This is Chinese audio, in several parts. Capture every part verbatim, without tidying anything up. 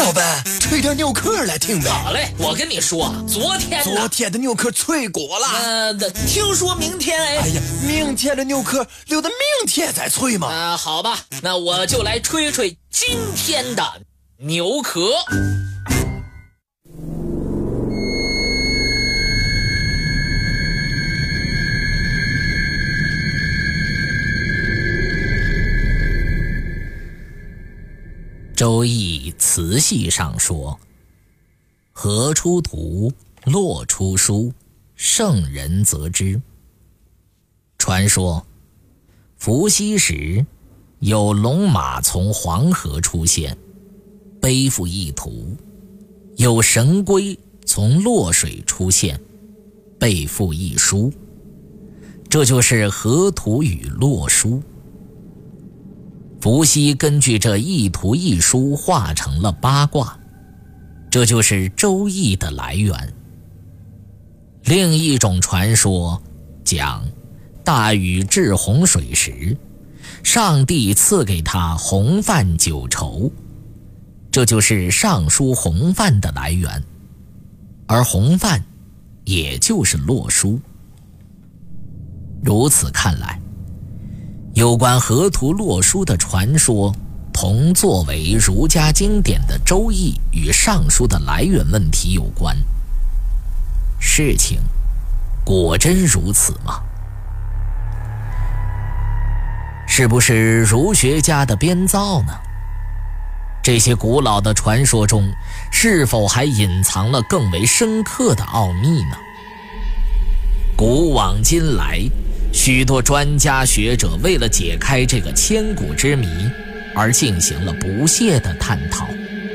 老板，吹点牛壳来听呗。 好嘞，我跟你说，昨天昨天的牛壳吹过了。 呃，听说明天哎。 哎呀，明天的牛壳留到明天再吹嘛。 啊、呃，好吧，那我就来吹吹今天的牛壳。周易辞系上说：河出图，洛出书，圣人则之。传说伏羲时有龙马从黄河出现，背负一图；有神龟从洛水出现，背负一书。这就是河图与洛书。伏羲根据这一图一书画成了八卦，这就是周易的来源。另一种传说讲，大禹治洪水时，上帝赐给他洪范九畴，这就是尚书洪范的来源，而洪范也就是洛书。如此看来，有关河图洛书的传说同作为儒家经典的周易与尚书的来源问题有关。事情果真如此吗？是不是儒学家的编造呢？这些古老的传说中，是否还隐藏了更为深刻的奥秘呢？古往今来，许多专家学者为了解开这个千古之谜而进行了不懈的探讨。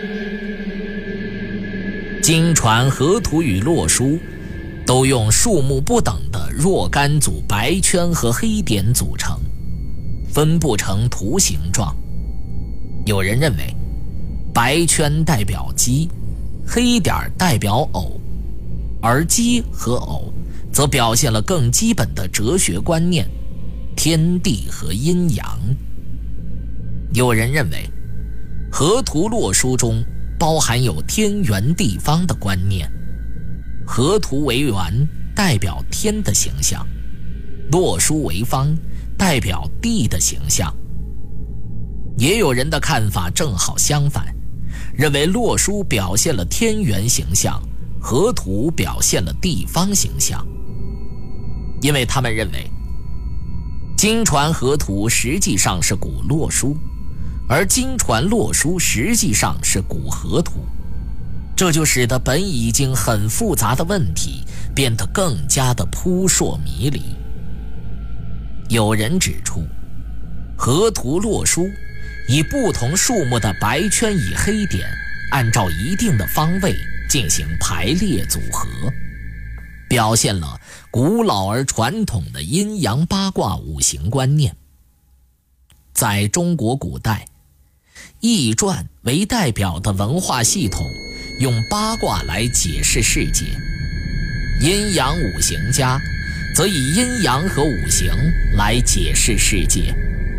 经传河图与洛书都用数目不等的若干组白圈和黑点组成，分布成图形状。有人认为白圈代表鸡，黑点代表偶，而鸡和偶则表现了更基本的哲学观念，天地和阴阳。有人认为河图洛书中包含有天圆地方的观念，河图为圆，代表天的形象；洛书为方，代表地的形象。也有人的看法正好相反，认为洛书表现了天圆形象，河图表现了地方形象。因为他们认为经传河图实际上是古洛书，而经传洛书实际上是古河图，这就使得本已经很复杂的问题变得更加的扑朔迷离。有人指出，河图洛书以不同数目的白圈与黑点按照一定的方位进行排列组合，表现了古老而传统的阴阳八卦五行观念。在中国古代，易传为代表的文化系统用八卦来解释世界，阴阳五行家则以阴阳和五行来解释世界。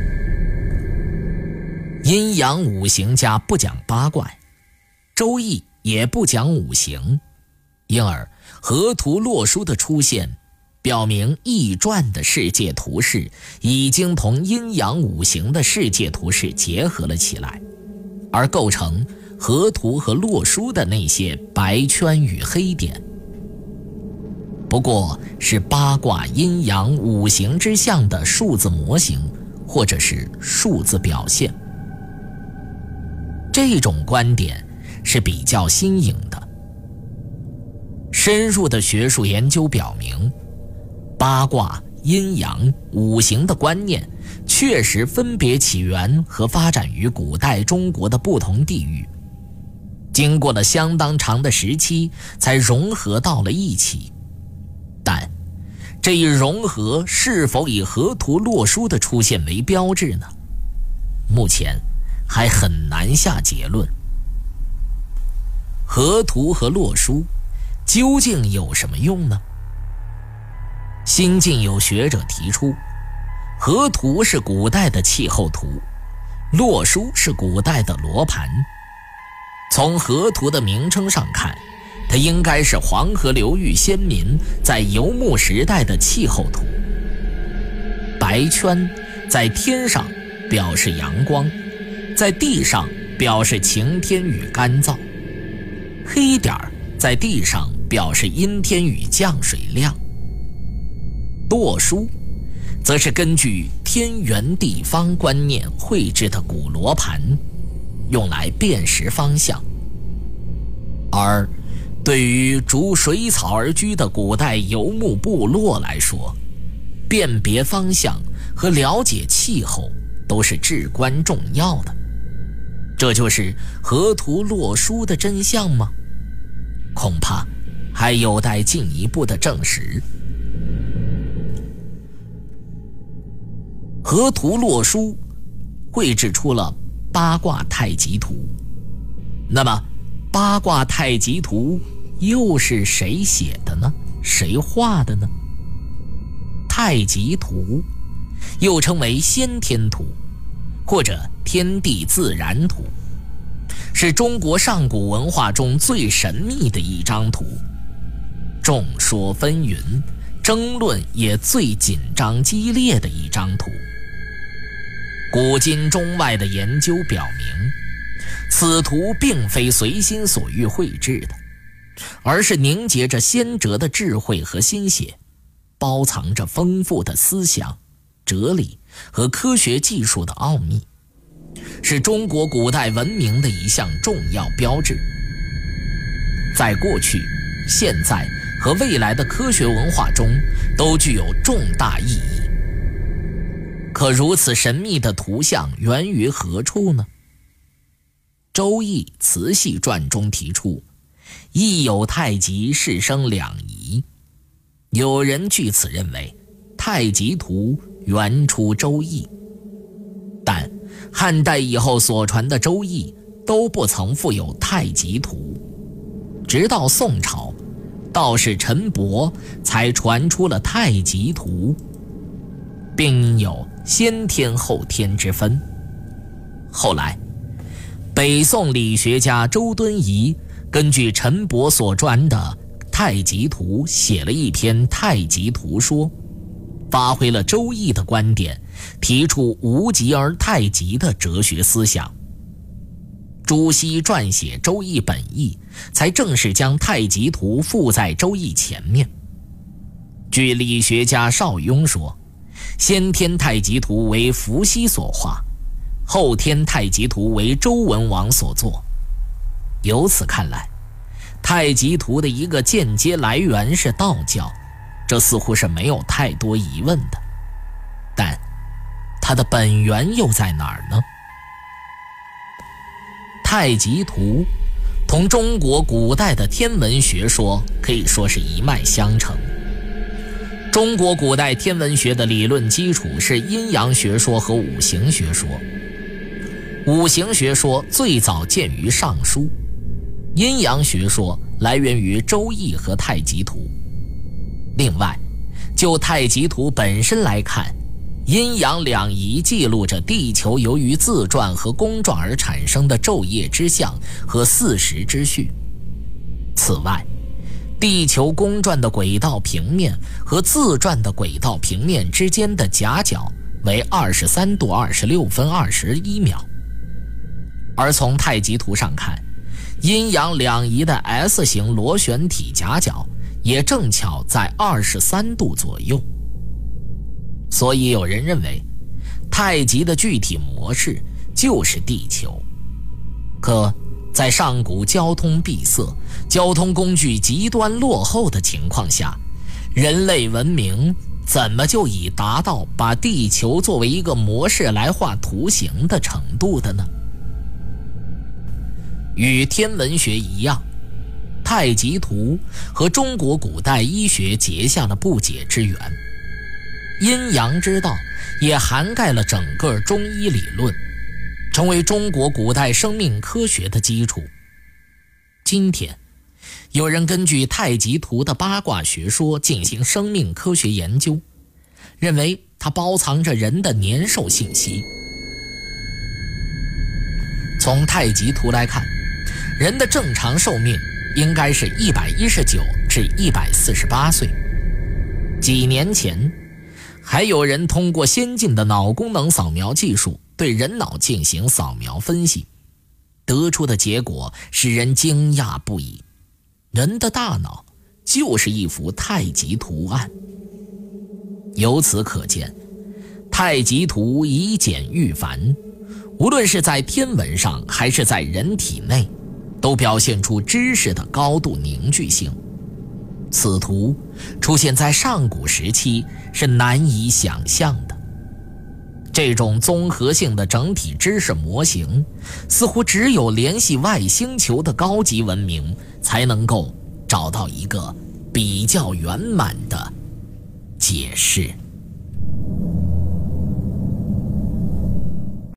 阴阳五行家不讲八卦，周易也不讲五行，因而河图洛书的出现表明易传的世界图式已经同阴阳五行的世界图式结合了起来，而构成河图和洛书的那些白圈与黑点不过是八卦阴阳五行之象的数字模型，或者是数字表现。这种观点是比较新颖的。深入的学术研究表明，八卦、阴阳、五行的观念确实分别起源和发展于古代中国的不同地域，经过了相当长的时期才融合到了一起。但这一融合是否以河图洛书的出现为标志呢？目前还很难下结论。河图和洛书究竟有什么用呢？新近有学者提出，河图是古代的气候图，洛书是古代的罗盘。 从河图的名称上看，它应该是黄河流域先民在游牧时代的气候图。白圈在天上表示阳光，在地上表示晴天与干燥；黑点儿在地上表示阴天与降水量。洛书则是根据天圆地方观念绘制的古罗盘，用来辨识方向。而对于逐水草而居的古代游牧部落来说，辨别方向和了解气候都是至关重要的。这就是河图洛书的真相吗？恐怕还有待进一步的证实。河图洛书绘制出了八卦太极图，那么八卦太极图又是谁写的呢？谁画的呢？太极图又称为先天图或者天地自然图，是中国上古文化中最神秘的一张图，众说纷纭，争论也最紧张激烈的一张图。古今中外的研究表明，此图并非随心所欲绘制的，而是凝结着先哲的智慧和心血，包藏着丰富的思想、哲理和科学技术的奥秘，是中国古代文明的一项重要标志。在过去、现在和未来的科学文化中都具有重大意义。可如此神秘的图像源于何处呢？周易慈禧传中提出，亦有太极，是生两仪。有人据此认为太极图原出周易，但汉代以后所传的周易都不曾附有太极图。直到宋朝，道士陈伯才传出了太极图，并有先天后天之分。后来北宋理学家周敦颐根据陈伯所传的太极图写了一篇太极图说，发挥了周易的观点，提出无极而太极的哲学思想。朱熹撰写周易本义，才正式将太极图附在周易前面。据理学家邵雍说，先天太极图为伏羲所画，后天太极图为周文王所作。由此看来，太极图的一个间接来源是道教，这似乎是没有太多疑问的。但它的本源又在哪儿呢？太极图同中国古代的天文学说可以说是一脉相承。中国古代天文学的理论基础是阴阳学说和五行学说。五行学说最早见于尚书，阴阳学说来源于周易和太极图。另外，就太极图本身来看，阴阳两仪记录着地球由于自转和公转而产生的昼夜之象和四时之序。此外，地球公转的轨道平面和自转的轨道平面之间的夹角为二十三度二十六分二十一秒。而从太极图上看，阴阳两仪的 S 型螺旋体夹角也正巧在二十三度左右。所以有人认为太极的具体模式就是地球。可在上古交通闭塞、交通工具极端落后的情况下，人类文明怎么就已达到把地球作为一个模式来画图形的程度的呢？与天文学一样，太极图和中国古代医学结下了不解之缘。阴阳之道也涵盖了整个中医理论，成为中国古代生命科学的基础。今天，有人根据太极图的八卦学说进行生命科学研究，认为它包藏着人的年寿信息。从太极图来看， 人的正常寿命应该是一百一十九至一百四十八岁。几年前，还有人通过先进的脑功能扫描技术对人脑进行扫描分析，得出的结果使人惊讶不已。人的大脑就是一幅太极图案。由此可见，太极图以简驭繁，无论是在天文上还是在人体内，都表现出知识的高度凝聚性。此图出现在上古时期是难以想象的。这种综合性的整体知识模型，似乎只有联系外星球的高级文明才能够找到一个比较圆满的解释。